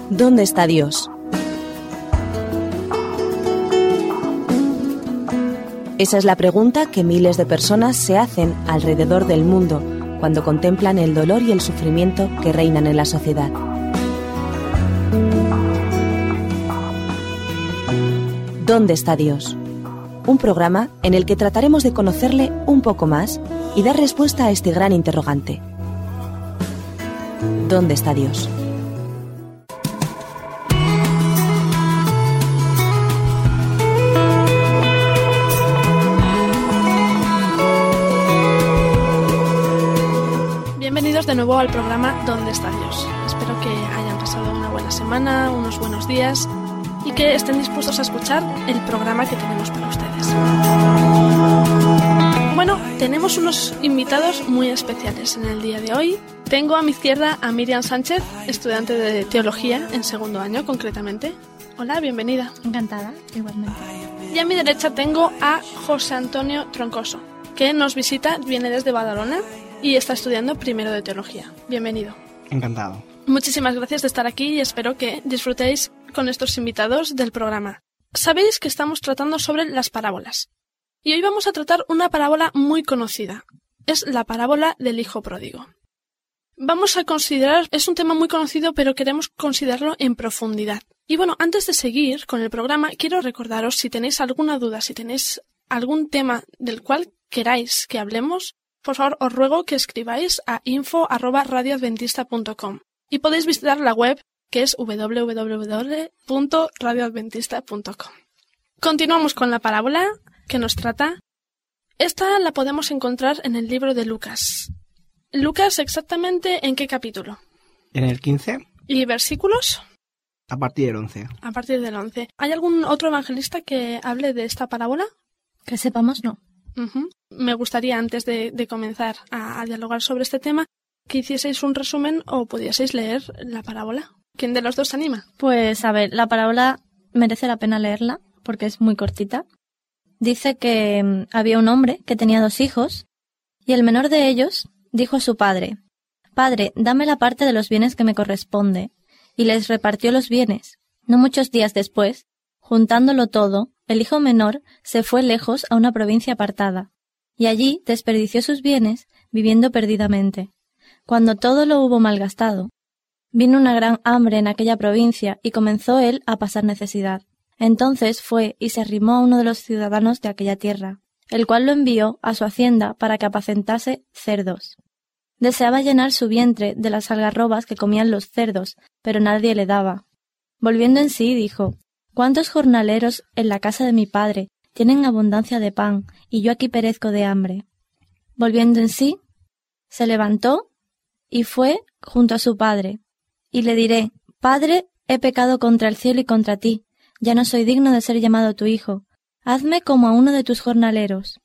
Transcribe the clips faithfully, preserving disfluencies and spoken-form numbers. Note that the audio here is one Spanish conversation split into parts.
¿Dónde está Dios? Esa es la pregunta que miles de personas se hacen alrededor del mundo cuando contemplan el dolor y el sufrimiento que reinan en la sociedad. ¿Dónde está Dios? Un programa en el que trataremos de conocerle un poco más y dar respuesta a este gran interrogante. ¿Dónde está Dios? Bienvenidos de nuevo al programa ¿Dónde está Dios? Espero que hayan pasado una buena semana, unos buenos días y que estén dispuestos a escuchar el programa que tenemos para ustedes. Bueno, tenemos unos invitados muy especiales en el día de hoy. Tengo a mi izquierda a Miriam Sánchez, estudiante de Teología en segundo año concretamente. Hola, bienvenida. Encantada, igualmente. Y a mi derecha tengo a José Antonio Troncoso, que nos visita, viene desde Badalona y está estudiando primero de Teología. Bienvenido. Encantado. Muchísimas gracias de estar aquí y espero que disfrutéis con estos invitados del programa. Sabéis que estamos tratando sobre las parábolas. Y hoy vamos a tratar una parábola muy conocida. Es la parábola del hijo pródigo. Vamos a considerar, es un tema muy conocido, pero queremos considerarlo en profundidad. Y bueno, antes de seguir con el programa, quiero recordaros, si tenéis alguna duda, si tenéis algún tema del cual queráis que hablemos, por favor, os ruego que escribáis a info arroba radio adventista punto com y podéis visitar la web que es doble u doble u doble u punto radio adventista punto com. Continuamos con la parábola que nos trata. Esta la podemos encontrar en el libro de Lucas. Lucas, ¿exactamente en qué capítulo? En el quince. ¿Y versículos? A partir del once. A partir del once. ¿Hay algún otro evangelista que hable de esta parábola? Que sepamos, no. Uh-huh. Me gustaría, antes de, de comenzar a, a dialogar sobre este tema, que hicieseis un resumen o pudieseis leer la parábola. ¿Quién de los dos se anima? Pues, a ver, la parábola merece la pena leerla porque es muy cortita. Dice que um, había un hombre que tenía dos hijos y el menor de ellos dijo a su padre: «Padre, dame la parte de los bienes que me corresponde», y les repartió los bienes. No muchos días después, juntándolo todo, el hijo menor se fue lejos a una provincia apartada, y allí desperdició sus bienes viviendo perdidamente. Cuando todo lo hubo malgastado, vino una gran hambre en aquella provincia y comenzó él a pasar necesidad. Entonces fue y se arrimó a uno de los ciudadanos de aquella tierra, el cual lo envió a su hacienda para que apacentase cerdos. Deseaba llenar su vientre de las algarrobas que comían los cerdos, pero nadie le daba. Volviendo en sí, dijo: «¿Cuántos jornaleros en la casa de mi padre tienen abundancia de pan, y yo aquí perezco de hambre?» Volviendo en sí, se levantó y fue junto a su padre, y le diré: «Padre, he pecado contra el cielo y contra ti, ya no soy digno de ser llamado tu hijo, hazme como a uno de tus jornaleros».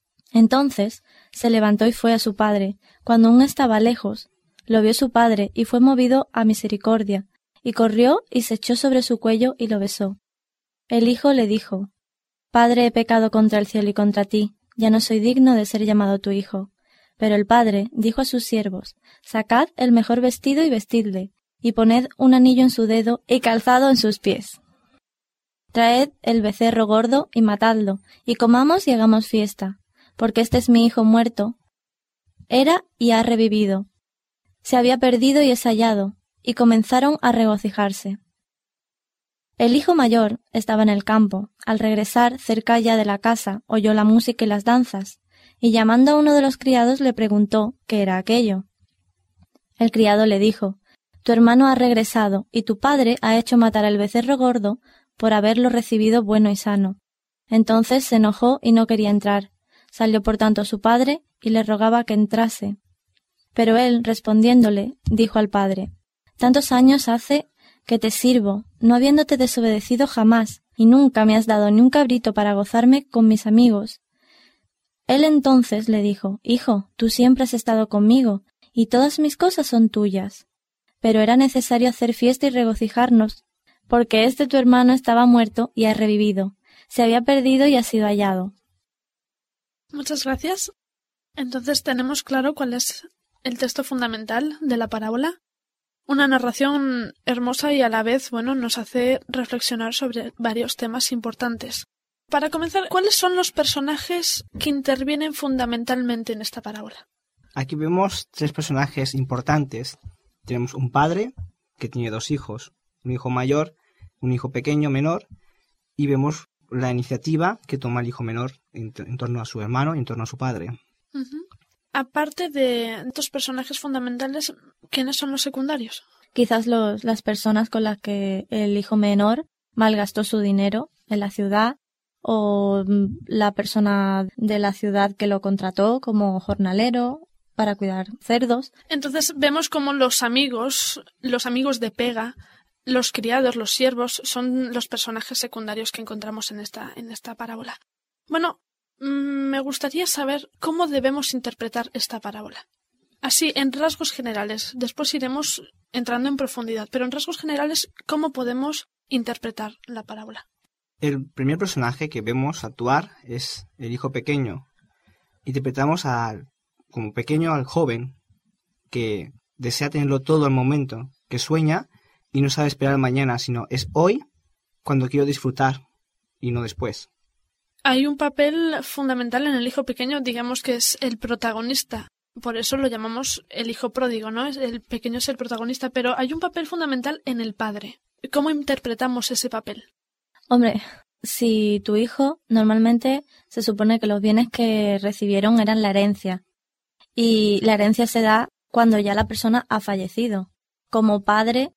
Entonces se levantó y fue a su padre. Cuando aún estaba lejos, lo vio su padre y fue movido a misericordia, y corrió y se echó sobre su cuello y lo besó. El hijo le dijo: «Padre, he pecado contra el cielo y contra ti, ya no soy digno de ser llamado tu hijo». Pero el padre dijo a sus siervos: «Sacad el mejor vestido y vestidle, y poned un anillo en su dedo y calzado en sus pies. Traed el becerro gordo y matadlo, y comamos y hagamos fiesta, porque este es mi hijo muerto. Era y ha revivido. Se había perdido y es hallado», y comenzaron a regocijarse. El hijo mayor estaba en el campo. Al regresar cerca ya de la casa, oyó la música y las danzas, y llamando a uno de los criados le preguntó qué era aquello. El criado le dijo: «Tu hermano ha regresado, y tu padre ha hecho matar al becerro gordo por haberlo recibido bueno y sano». Entonces se enojó y no quería entrar. Salió por tanto su padre y le rogaba que entrase. Pero él, respondiéndole, dijo al padre: «Tantos años hace que te sirvo, no habiéndote desobedecido jamás, y nunca me has dado ni un cabrito para gozarme con mis amigos». Él entonces le dijo: «Hijo, tú siempre has estado conmigo, y todas mis cosas son tuyas. Pero era necesario hacer fiesta y regocijarnos, porque este tu hermano estaba muerto y ha revivido, se había perdido y ha sido hallado». Muchas gracias. Entonces tenemos claro cuál es el texto fundamental de la parábola. Una narración hermosa y a la vez, bueno, nos hace reflexionar sobre varios temas importantes. Para comenzar, ¿cuáles son los personajes que intervienen fundamentalmente en esta parábola? Aquí vemos tres personajes importantes. Tenemos un padre que tiene dos hijos, un hijo mayor, un hijo pequeño, menor, y vemos la iniciativa que toma el hijo menor en, en torno a su hermano y en torno a su padre. Uh-huh. Aparte de estos personajes fundamentales, ¿quiénes son los secundarios? Quizás los, las personas con las que el hijo menor malgastó su dinero en la ciudad, o la persona de la ciudad que lo contrató como jornalero para cuidar cerdos. Entonces vemos como los amigos, los amigos de pega, los criados, los siervos, son los personajes secundarios que encontramos en esta, en esta parábola. Bueno, me gustaría saber cómo debemos interpretar esta parábola. Así, en rasgos generales. Después iremos entrando en profundidad, pero en rasgos generales, ¿cómo podemos interpretar la parábola? El primer personaje que vemos actuar es el hijo pequeño. Interpretamos al, como pequeño al joven que desea tenerlo todo al momento, que sueña y no sabe esperar mañana, sino es hoy cuando quiero disfrutar y no después. Hay un papel fundamental en el hijo pequeño, digamos que es el protagonista. Por eso lo llamamos el hijo pródigo, ¿no? El pequeño es el protagonista, pero hay un papel fundamental en el padre. ¿Cómo interpretamos ese papel? Hombre, si tu hijo, normalmente se supone que los bienes que recibieron eran la herencia. Y la herencia se da cuando ya la persona ha fallecido. Como padre,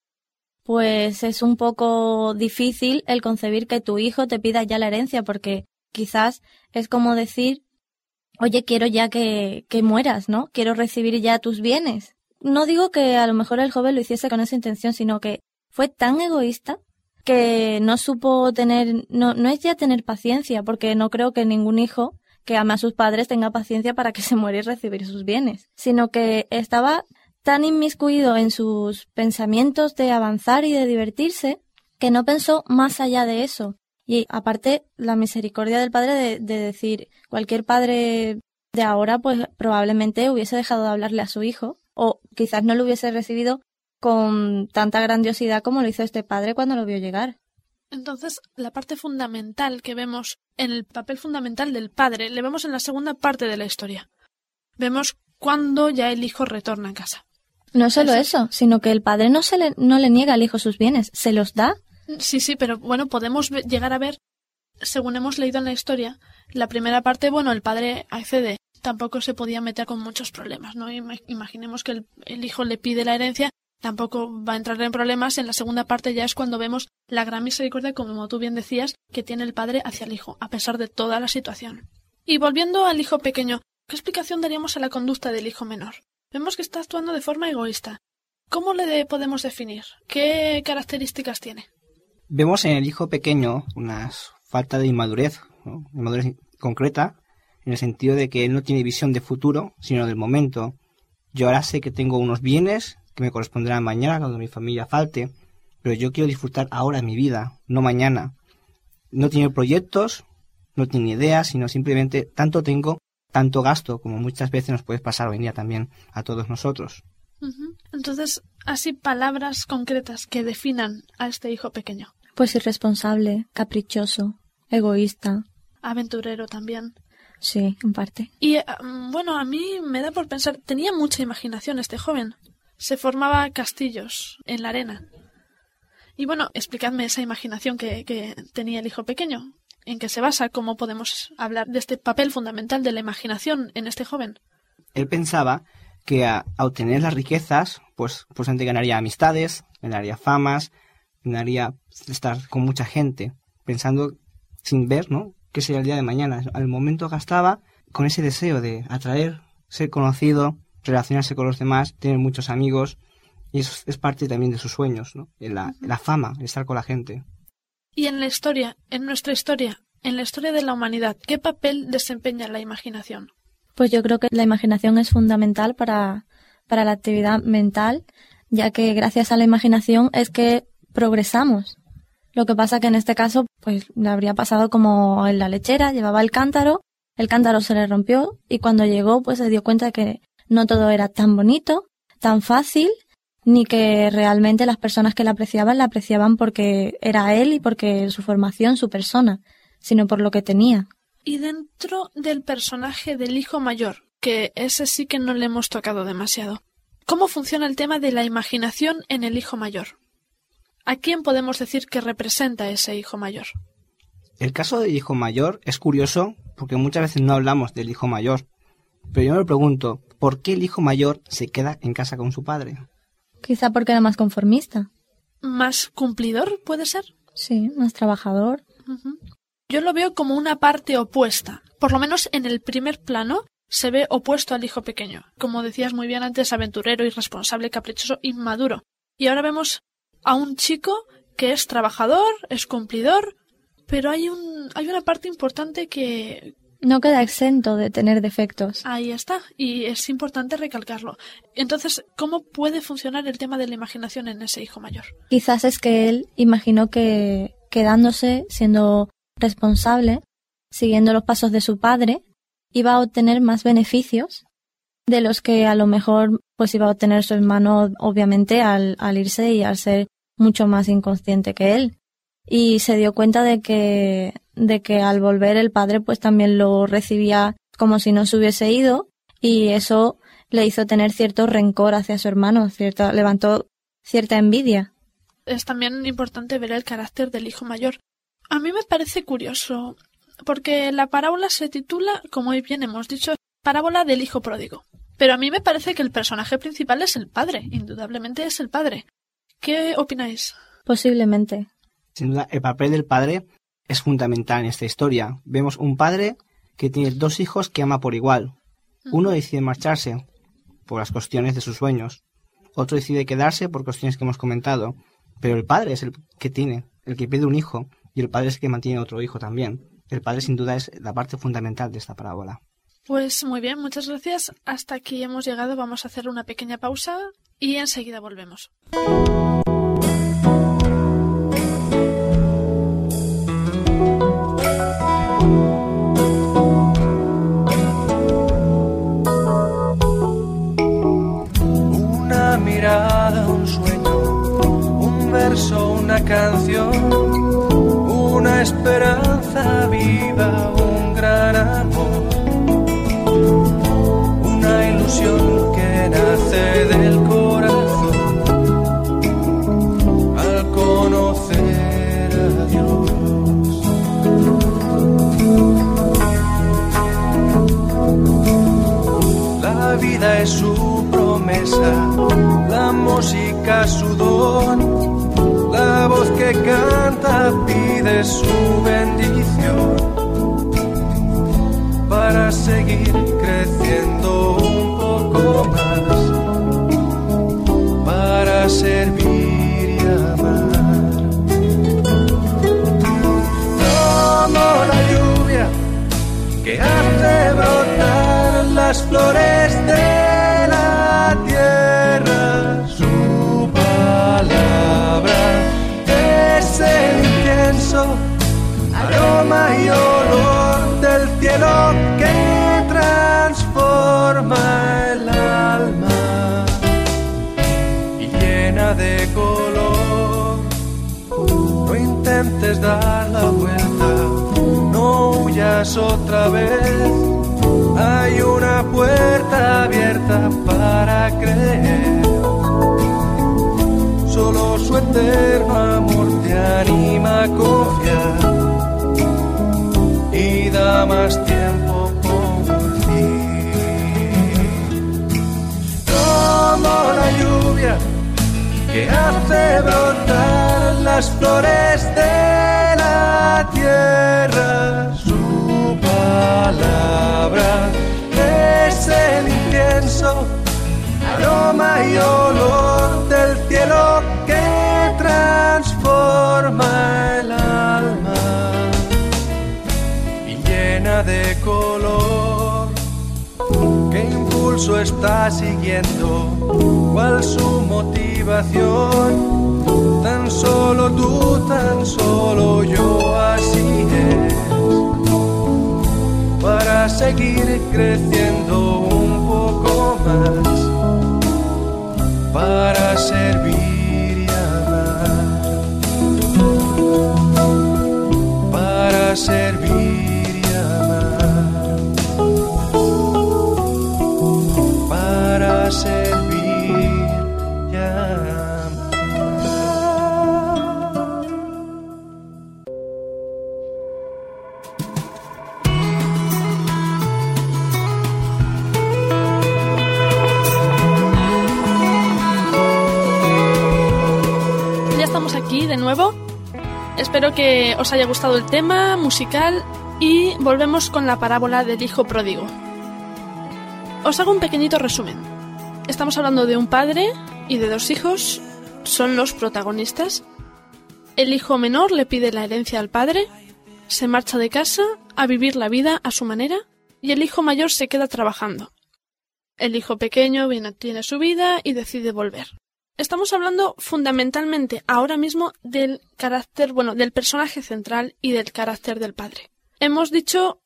pues es un poco difícil el concebir que tu hijo te pida ya la herencia, porque quizás es como decir, oye, quiero ya que, que mueras, ¿no? Quiero recibir ya tus bienes. No digo que a lo mejor el joven lo hiciese con esa intención, sino que fue tan egoísta que no supo tener, no, no es ya tener paciencia, porque no creo que ningún hijo que ame a sus padres tenga paciencia para que se muera y recibir sus bienes, sino que estaba tan inmiscuido en sus pensamientos de avanzar y de divertirse que no pensó más allá de eso. Y aparte, la misericordia del padre de, de decir, cualquier padre de ahora pues probablemente hubiese dejado de hablarle a su hijo, o quizás no lo hubiese recibido con tanta grandiosidad como lo hizo este padre cuando lo vio llegar. Entonces, la parte fundamental que vemos en el papel fundamental del padre, le vemos en la segunda parte de la historia. Vemos cuando ya el hijo retorna a casa. No solo eso, eso sino que el padre no, se le, no le niega al hijo sus bienes, se los da. Sí, sí, pero bueno, podemos llegar a ver, según hemos leído en la historia, la primera parte, bueno, el padre accede, tampoco se podía meter con muchos problemas, ¿no? Imaginemos que el, el hijo le pide la herencia, tampoco va a entrar en problemas. En la segunda parte ya es cuando vemos la gran misericordia, como tú bien decías, que tiene el padre hacia el hijo, a pesar de toda la situación. Y volviendo al hijo pequeño, ¿qué explicación daríamos a la conducta del hijo menor? Vemos que está actuando de forma egoísta. ¿Cómo le de, podemos definir? ¿Qué características tiene? Vemos en el hijo pequeño una falta de inmadurez, ¿no? Inmadurez concreta, en el sentido de que él no tiene visión de futuro, sino del momento. Yo ahora sé que tengo unos bienes que me corresponderán mañana cuando mi familia falte, pero yo quiero disfrutar ahora mi vida, no mañana. No tiene proyectos, no tiene ideas, sino simplemente tanto tengo, tanto gasto, como muchas veces nos puede pasar hoy en día también a todos nosotros. Uh-huh. Entonces, así palabras concretas que definan a este hijo pequeño. Pues irresponsable, caprichoso, egoísta. Aventurero también. Sí, en parte. Y bueno, a mí me da por pensar, tenía mucha imaginación este joven. Se formaba castillos en la arena. Y bueno, explicadme esa imaginación que, que tenía el hijo pequeño. ¿En qué se basa? ¿Cómo podemos hablar de este papel fundamental de la imaginación en este joven? Él pensaba que a, a obtener las riquezas, pues, pues antes ganaría amistades, ganaría famas, ganaría estar con mucha gente, pensando sin ver, ¿no?, qué sería el día de mañana. Al momento gastaba con ese deseo de atraer, ser conocido, relacionarse con los demás, tener muchos amigos, y eso es parte también de sus sueños, ¿no?, la, la fama, estar con la gente. Y en la historia, en nuestra historia, en la historia de la humanidad, ¿qué papel desempeña la imaginación? Pues yo creo que la imaginación es fundamental para, para la actividad mental, ya que gracias a la imaginación es que progresamos. Lo que pasa que en este caso, pues le habría pasado como en la lechera, llevaba el cántaro, el cántaro se le rompió y cuando llegó, pues se dio cuenta de que no todo era tan bonito, tan fácil, ni que realmente las personas que la apreciaban la apreciaban porque era él y porque su formación, su persona, sino por lo que tenía. Y dentro del personaje del hijo mayor, que ese sí que no le hemos tocado demasiado, ¿cómo funciona el tema de la imaginación en el hijo mayor? ¿A quién podemos decir que representa ese hijo mayor? El caso del hijo mayor es curioso porque muchas veces no hablamos del hijo mayor, pero yo me pregunto, ¿por qué el hijo mayor se queda en casa con su padre? Quizá porque era más conformista. ¿Más cumplidor, puede ser? Sí, más trabajador. Uh-huh. Yo lo veo como una parte opuesta. Por lo menos en el primer plano se ve opuesto al hijo pequeño. Como decías muy bien antes, aventurero, irresponsable, caprichoso, inmaduro. Y ahora vemos a un chico que es trabajador, es cumplidor, pero hay un hay una parte importante que... No queda exento de tener defectos. Ahí está, y es importante recalcarlo. Entonces, ¿cómo puede funcionar el tema de la imaginación en ese hijo mayor? Quizás es que él imaginó que quedándose, siendo responsable, siguiendo los pasos de su padre, iba a obtener más beneficios de los que a lo mejor pues iba a obtener su hermano, obviamente, al, al irse y al ser mucho más inconsciente que él. Y se dio cuenta de que, de que al volver el padre pues también lo recibía como si no se hubiese ido, y eso le hizo tener cierto rencor hacia su hermano, cierta, levantó cierta envidia. Es también importante ver el carácter del hijo mayor. A mí me parece curioso, porque la parábola se titula, como hoy bien hemos dicho, Parábola del hijo pródigo. Pero a mí me parece que el personaje principal es el padre, indudablemente es el padre. ¿Qué opináis? Posiblemente. Sin duda, el papel del padre es fundamental en esta historia. Vemos un padre que tiene dos hijos que ama por igual. Uno decide marcharse por las cuestiones de sus sueños. Otro decide quedarse por cuestiones que hemos comentado. Pero el padre es el que tiene, el que pierde un hijo, y el padre es el que mantiene otro hijo también. El padre sin duda es la parte fundamental de esta parábola. Pues muy bien, muchas gracias. Hasta aquí hemos llegado. Vamos a hacer una pequeña pausa y enseguida volvemos. Un sueño, un verso, una canción, una esperanza viva, un gran amor, una ilusión que nace del corazón al conocer a Dios. La vida es su promesa, la música su don, la voz que canta pide su bendición para seguir creciendo un poco más, para servir y amar. Como la lluvia que hace brotar las flores de la tierra, su palabra es el incienso, aroma y olor del cielo que transforma el alma y llena de color. No intentes dar la vuelta, no huyas otra vez. Hay una puerta abierta para creer. Solo su eterno amor te anima a confiar y da más tiempo por ti. Como la lluvia que hace brotar las flores de la tierra, su palabra es el incienso, aroma y olor del cielo que transforma el alma y llena de color. ¿Qué impulso está siguiendo? ¿Cuál su motivación? Tan solo tú, tan solo yo, así es. Para seguir creciendo un poco más, para servir y amar, para servir y amar, para servir y amar. Aquí de nuevo. Espero que os haya gustado el tema musical y volvemos con la parábola del hijo pródigo. Os hago un pequeñito resumen. Estamos hablando de un padre y de dos hijos, son los protagonistas. El hijo menor le pide la herencia al padre, se marcha de casa a vivir la vida a su manera y el hijo mayor se queda trabajando. El hijo pequeño viene, tiene su vida y decide volver. Estamos hablando fundamentalmente ahora mismo del carácter, bueno, del personaje central y del carácter del padre. Hemos dicho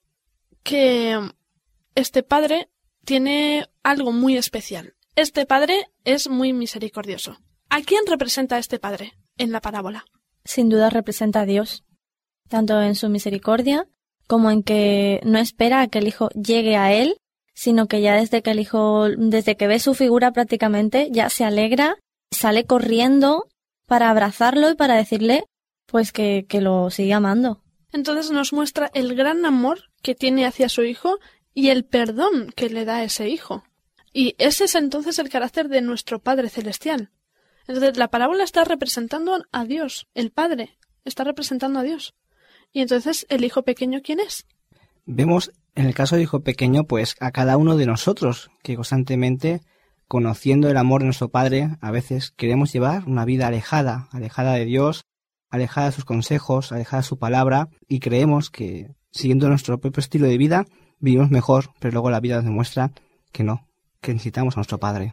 que este padre tiene algo muy especial. Este padre es muy misericordioso. ¿A quién representa este padre en la parábola? Sin duda representa a Dios, tanto en su misericordia como en que no espera a que el hijo llegue a él, sino que ya desde que el hijo, desde que ve su figura prácticamente, ya se alegra, sale corriendo para abrazarlo y para decirle pues que, que lo sigue amando. Entonces nos muestra el gran amor que tiene hacia su hijo y el perdón que le da a ese hijo. Y ese es entonces el carácter de nuestro Padre Celestial. Entonces la parábola está representando a Dios, el Padre está representando a Dios. Y entonces el hijo pequeño, ¿quién es? Vemos en el caso del hijo pequeño pues a cada uno de nosotros que constantemente, conociendo el amor de nuestro Padre, a veces queremos llevar una vida alejada, alejada de Dios, alejada de sus consejos, alejada de su palabra, y creemos que, siguiendo nuestro propio estilo de vida, vivimos mejor, pero luego la vida nos demuestra que no, que necesitamos a nuestro Padre.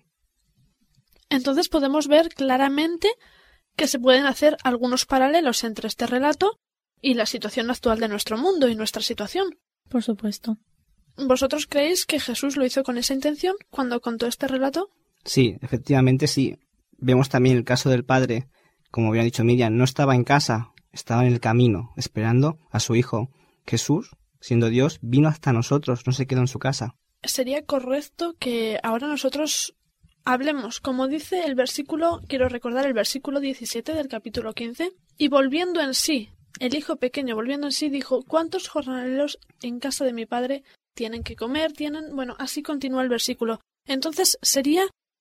Entonces podemos ver claramente que se pueden hacer algunos paralelos entre este relato y la situación actual de nuestro mundo y nuestra situación. Por supuesto. ¿Vosotros creéis que Jesús lo hizo con esa intención cuando contó este relato? Sí, efectivamente sí. Vemos también el caso del padre, como había dicho Miriam, no estaba en casa, estaba en el camino, esperando a su hijo. Jesús, siendo Dios, vino hasta nosotros, no se quedó en su casa. Sería correcto que ahora nosotros hablemos, como dice el versículo, quiero recordar el versículo diecisiete del capítulo quince, y volviendo en sí, el hijo pequeño volviendo en sí dijo, ¿cuántos jornaleros en casa de mi padre tienen que comer, tienen...? Bueno, así continúa el versículo. Entonces, sería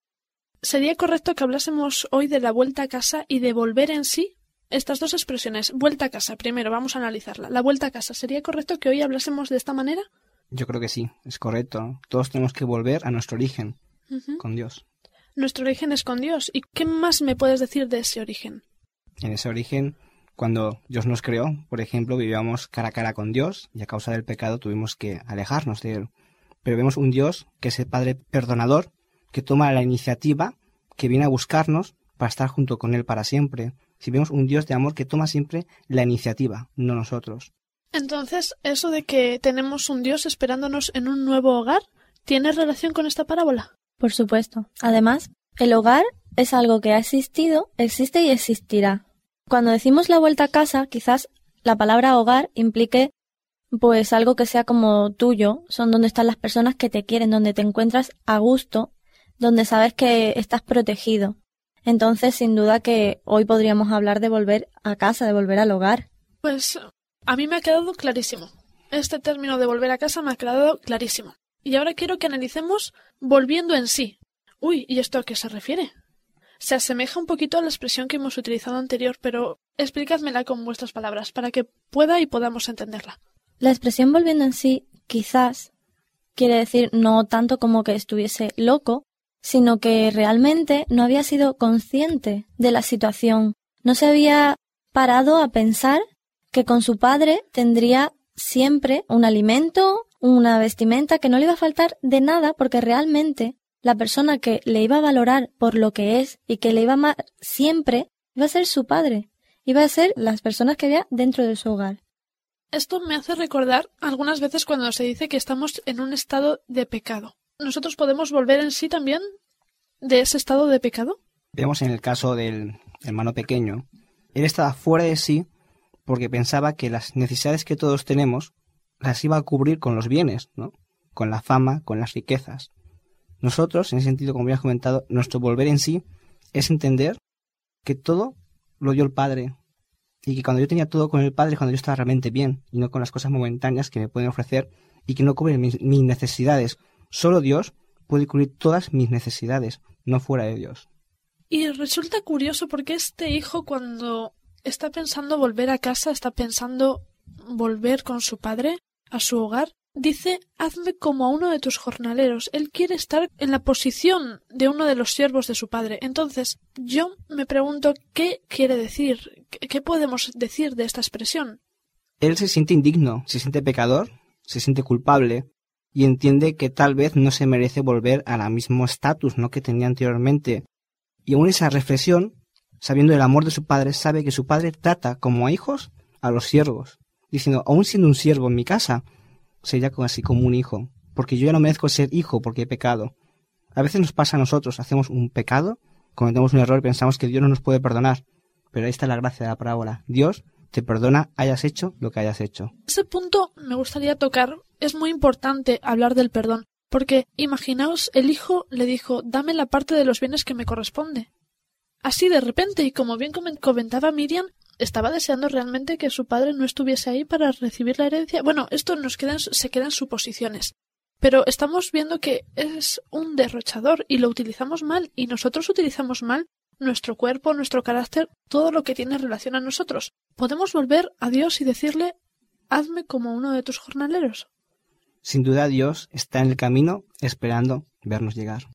sería correcto que hablásemos hoy de la vuelta a casa y de volver en sí. Estas dos expresiones, vuelta a casa, primero vamos a analizarla. La vuelta a casa, ¿sería correcto que hoy hablásemos de esta manera? Yo creo que sí, es correcto. Todos tenemos que volver a nuestro origen, uh-huh. con Dios. Nuestro origen es con Dios. ¿Y qué más me puedes decir de ese origen? En ese origen, cuando Dios nos creó, por ejemplo, vivíamos cara a cara con Dios y a causa del pecado tuvimos que alejarnos de Él. Pero vemos un Dios que es el Padre perdonador, que toma la iniciativa, que viene a buscarnos para estar junto con Él para siempre. Si vemos un Dios de amor que toma siempre la iniciativa, no nosotros. Entonces, eso de que tenemos un Dios esperándonos en un nuevo hogar, ¿tiene relación con esta parábola? Por supuesto. Además, el hogar es algo que ha existido, existe y existirá. Cuando decimos la vuelta a casa, quizás la palabra hogar implique pues algo que sea como tuyo, son donde están las personas que te quieren, donde te encuentras a gusto, donde sabes que estás protegido. Entonces, sin duda que hoy podríamos hablar de volver a casa, de volver al hogar. Pues a mí me ha quedado clarísimo. Este término de volver a casa me ha quedado clarísimo. Y ahora quiero que analicemos volviendo en sí. Uy, ¿y esto a qué se refiere? Se asemeja un poquito a la expresión que hemos utilizado anterior, pero explícadmela con vuestras palabras para que pueda y podamos entenderla. La expresión volviendo en sí, quizás, quiere decir no tanto como que estuviese loco, sino que realmente no había sido consciente de la situación. No se había parado a pensar que con su padre tendría siempre un alimento, una vestimenta, que no le iba a faltar de nada, porque realmente la persona que le iba a valorar por lo que es y que le iba a amar siempre iba a ser su padre, iba a ser las personas que había dentro de su hogar. Esto me hace recordar algunas veces cuando se dice que estamos en un estado de pecado. ¿Nosotros podemos volver en sí también de ese estado de pecado? Vemos en el caso del hermano pequeño, él estaba fuera de sí porque pensaba que las necesidades que todos tenemos las iba a cubrir con los bienes, ¿no? Con la fama, con las riquezas. Nosotros, en ese sentido, como ya he comentado, nuestro volver en sí es entender que todo lo dio el Padre y que cuando yo tenía todo con el Padre, cuando yo estaba realmente bien y no con las cosas momentáneas que me pueden ofrecer y que no cubren mis, mis necesidades. Solo Dios puede cubrir todas mis necesidades, no fuera de Dios. Y resulta curioso porque este hijo, cuando está pensando volver a casa, está pensando volver con su padre a su hogar, dice: hazme como a uno de tus jornaleros. Él quiere estar en la posición de uno de los siervos de su padre. Entonces, yo me pregunto, ¿qué quiere decir? ¿Qué podemos decir de esta expresión? Él se siente indigno, se siente pecador, se siente culpable y entiende que tal vez no se merece volver al mismo estatus, ¿no?, que tenía anteriormente. Y aún esa reflexión, sabiendo el amor de su padre, sabe que su padre trata como a hijos a los siervos, diciendo: aún siendo un siervo en mi casa, sería así como un hijo, porque yo ya no merezco ser hijo porque he pecado. A veces nos pasa a nosotros, hacemos un pecado, cometemos un error y pensamos que Dios no nos puede perdonar, pero ahí está la gracia de la parábola. Dios te perdona, hayas hecho lo que hayas hecho. Ese punto me gustaría tocar. Es muy importante hablar del perdón, porque imaginaos, el hijo le dijo: dame la parte de los bienes que me corresponde. Así de repente, y como bien comentaba Miriam, estaba deseando realmente que su padre no estuviese ahí para recibir la herencia. Bueno, esto nos queda en, se queda en suposiciones. Pero estamos viendo que es un derrochador y lo utilizamos mal, y nosotros utilizamos mal nuestro cuerpo, nuestro carácter, todo lo que tiene relación a nosotros. Podemos volver a Dios y decirle: hazme como uno de tus jornaleros. Sin duda Dios está en el camino esperando vernos llegar.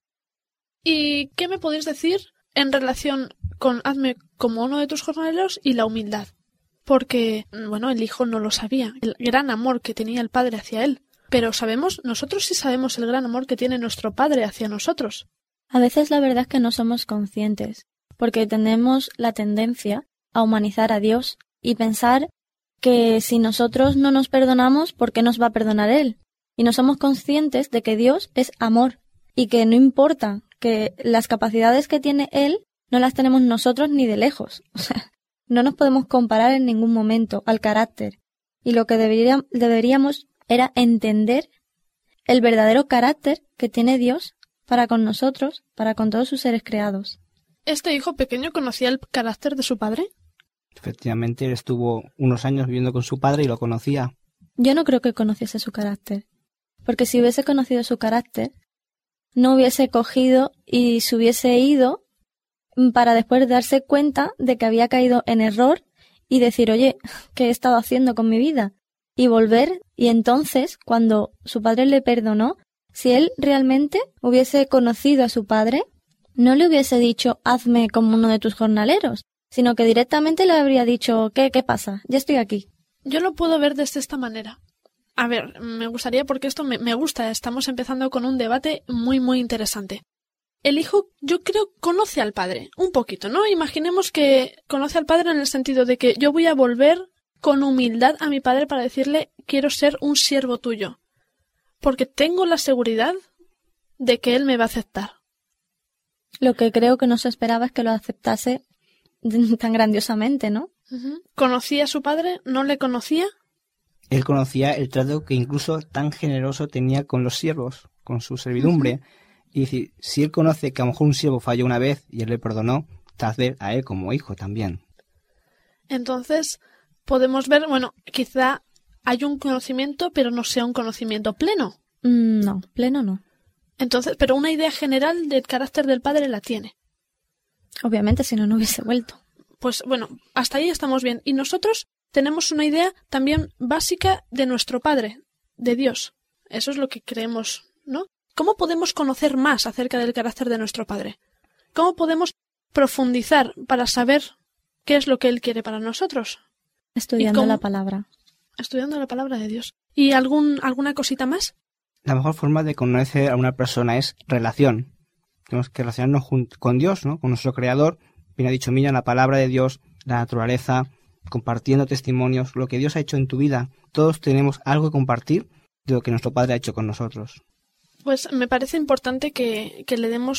¿Y qué me podéis decir en relación con hazme como uno de tus jornaleros y la humildad? Porque, bueno, el hijo no lo sabía, el gran amor que tenía el padre hacia él. Pero sabemos, nosotros sí sabemos el gran amor que tiene nuestro padre hacia nosotros. A veces la verdad es que no somos conscientes, porque tenemos la tendencia a humanizar a Dios y pensar que si nosotros no nos perdonamos, ¿por qué nos va a perdonar Él? Y no somos conscientes de que Dios es amor y que no importa que las capacidades que tiene Él no las tenemos nosotros ni de lejos. O sea, no nos podemos comparar en ningún momento al carácter. Y lo que debería, deberíamos era entender el verdadero carácter que tiene Dios para con nosotros, para con todos sus seres creados. ¿Este hijo pequeño conocía el carácter de su padre? Efectivamente, él estuvo unos años viviendo con su padre y lo conocía. Yo no creo que conociese su carácter, porque si hubiese conocido su carácter, no hubiese cogido y se hubiese ido para después darse cuenta de que había caído en error y decir: oye, ¿qué he estado haciendo con mi vida? Y volver, y entonces, cuando su padre le perdonó, si él realmente hubiese conocido a su padre, no le hubiese dicho: hazme como uno de tus jornaleros, sino que directamente le habría dicho: ¿qué, qué pasa? Ya estoy aquí. Yo lo puedo ver desde esta manera. A ver, me gustaría, porque esto me, me gusta, estamos empezando con un debate muy, muy interesante. El hijo, yo creo, conoce al padre, un poquito, ¿no? Imaginemos que conoce al padre en el sentido de que yo voy a volver con humildad a mi padre para decirle: quiero ser un siervo tuyo, porque tengo la seguridad de que él me va a aceptar. Lo que creo que no se esperaba es que lo aceptase tan grandiosamente, ¿no? Uh-huh. ¿Conocía a su padre? ¿No le conocía? Él conocía el trato que incluso tan generoso tenía con los siervos, con su servidumbre. Uh-huh. Y decir, si él conoce que a lo mejor un siervo falló una vez y él le perdonó, tal vez a él como hijo también. Entonces, podemos ver, bueno, quizá hay un conocimiento, pero no sea un conocimiento pleno. Mm, no, pleno no. Entonces, pero una idea general del carácter del padre la tiene. Obviamente, si no, no hubiese vuelto. Pues bueno, hasta ahí estamos bien. Y nosotros tenemos una idea también básica de nuestro Padre, de Dios. Eso es lo que creemos, ¿no? ¿Cómo podemos conocer más acerca del carácter de nuestro Padre? ¿Cómo podemos profundizar para saber qué es lo que Él quiere para nosotros? Estudiando la palabra. Estudiando la palabra de Dios. ¿Y algún, alguna cosita más? La mejor forma de conocer a una persona es relación. Tenemos que relacionarnos con Dios, ¿no? Con nuestro Creador. Bien ha dicho Miriam, la palabra de Dios, la naturaleza, compartiendo testimonios, lo que Dios ha hecho en tu vida. Todos tenemos algo que compartir de lo que nuestro Padre ha hecho con nosotros. Pues me parece importante que, que le demos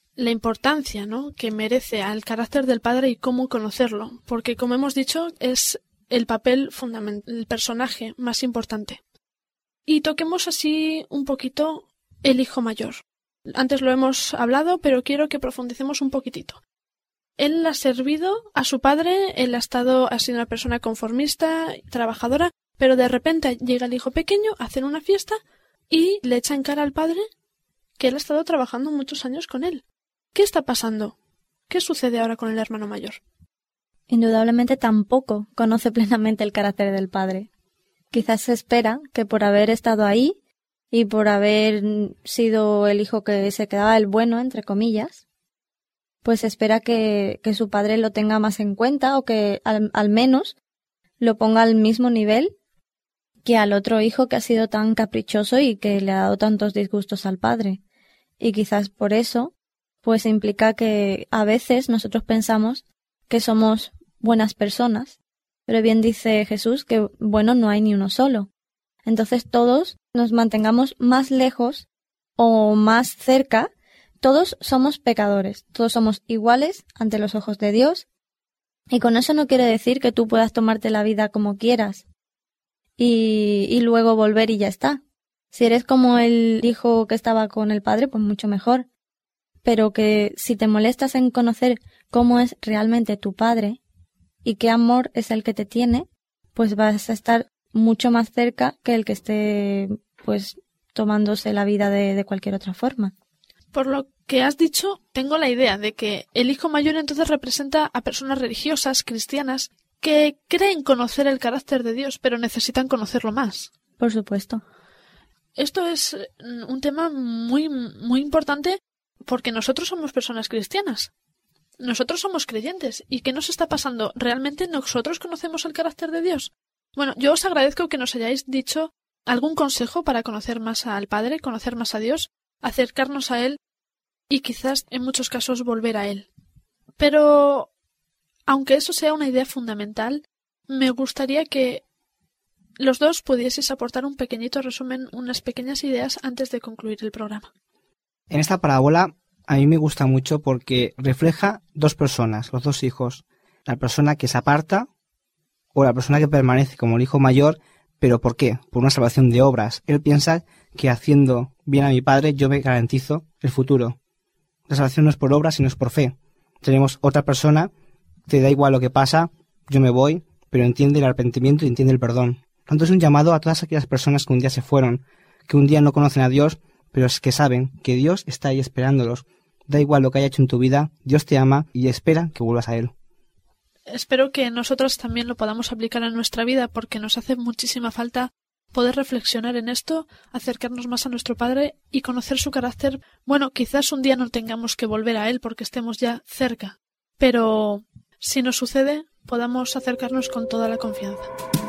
la importancia, ¿no?, que merece al carácter del padre y cómo conocerlo, porque como hemos dicho es el papel fundamental, el personaje más importante. Y toquemos así un poquito el hijo mayor. Antes lo hemos hablado, pero quiero que profundicemos un poquitito. Él ha servido a su padre, él ha estado, ha sido una persona conformista, trabajadora, pero de repente llega el hijo pequeño, hacen una fiesta y le echa en cara al padre que él ha estado trabajando muchos años con él. ¿Qué está pasando? ¿Qué sucede ahora con el hermano mayor? Indudablemente tampoco conoce plenamente el carácter del padre. Quizás se espera que por haber estado ahí y por haber sido el hijo que se quedaba el bueno, entre comillas, pues espera que, que su padre lo tenga más en cuenta o que al, al menos lo ponga al mismo nivel que al otro hijo que ha sido tan caprichoso y que le ha dado tantos disgustos al padre. Y quizás por eso, pues implica que a veces nosotros pensamos que somos buenas personas, pero bien dice Jesús que bueno no hay ni uno solo. Entonces todos nos mantengamos más lejos o más cerca, todos somos pecadores, todos somos iguales ante los ojos de Dios, y con eso no quiere decir que tú puedas tomarte la vida como quieras y, y luego volver y ya está. Si eres como el hijo que estaba con el padre, pues mucho mejor. Pero que si te molestas en conocer cómo es realmente tu padre y qué amor es el que te tiene, pues vas a estar mucho más cerca que el que esté pues tomándose la vida de, de cualquier otra forma. Por lo que has dicho, tengo la idea de que el hijo mayor entonces representa a personas religiosas, cristianas, que creen conocer el carácter de Dios, pero necesitan conocerlo más. Por supuesto. Esto es un tema muy, muy importante porque nosotros somos personas cristianas. Nosotros somos creyentes. ¿Y qué nos está pasando? ¿Realmente nosotros conocemos el carácter de Dios? Bueno, yo os agradezco que nos hayáis dicho algún consejo para conocer más al Padre, conocer más a Dios, acercarnos a Él y quizás en muchos casos volver a Él. Pero, aunque eso sea una idea fundamental, me gustaría que los dos pudieseis aportar un pequeñito resumen, unas pequeñas ideas antes de concluir el programa. En esta parábola a mí me gusta mucho porque refleja dos personas, los dos hijos. La persona que se aparta o la persona que permanece como el hijo mayor. ¿Pero por qué? Por una salvación de obras. Él piensa que haciendo bien a mi padre yo me garantizo el futuro. La salvación no es por obras, sino es por fe. Tenemos otra persona, te da igual lo que pasa, yo me voy, pero entiende el arrepentimiento y entiende el perdón. Tanto es un llamado a todas aquellas personas que un día se fueron, que un día no conocen a Dios, pero es que saben que Dios está ahí esperándolos. Da igual lo que haya hecho en tu vida, Dios te ama y espera que vuelvas a Él. Espero que nosotros también lo podamos aplicar en nuestra vida porque nos hace muchísima falta poder reflexionar en esto, acercarnos más a nuestro Padre y conocer su carácter. Bueno, quizás un día no tengamos que volver a Él porque estemos ya cerca, pero si nos sucede, podamos acercarnos con toda la confianza.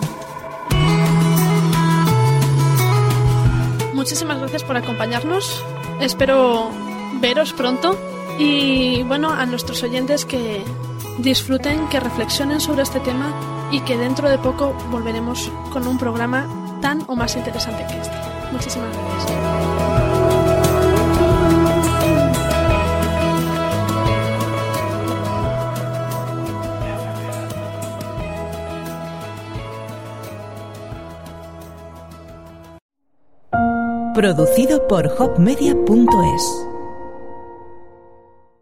Muchísimas gracias por acompañarnos. Espero veros pronto y, bueno, a nuestros oyentes que disfruten, que reflexionen sobre este tema y que dentro de poco volveremos con un programa tan o más interesante que este. Muchísimas gracias. Producido por hop media punto es.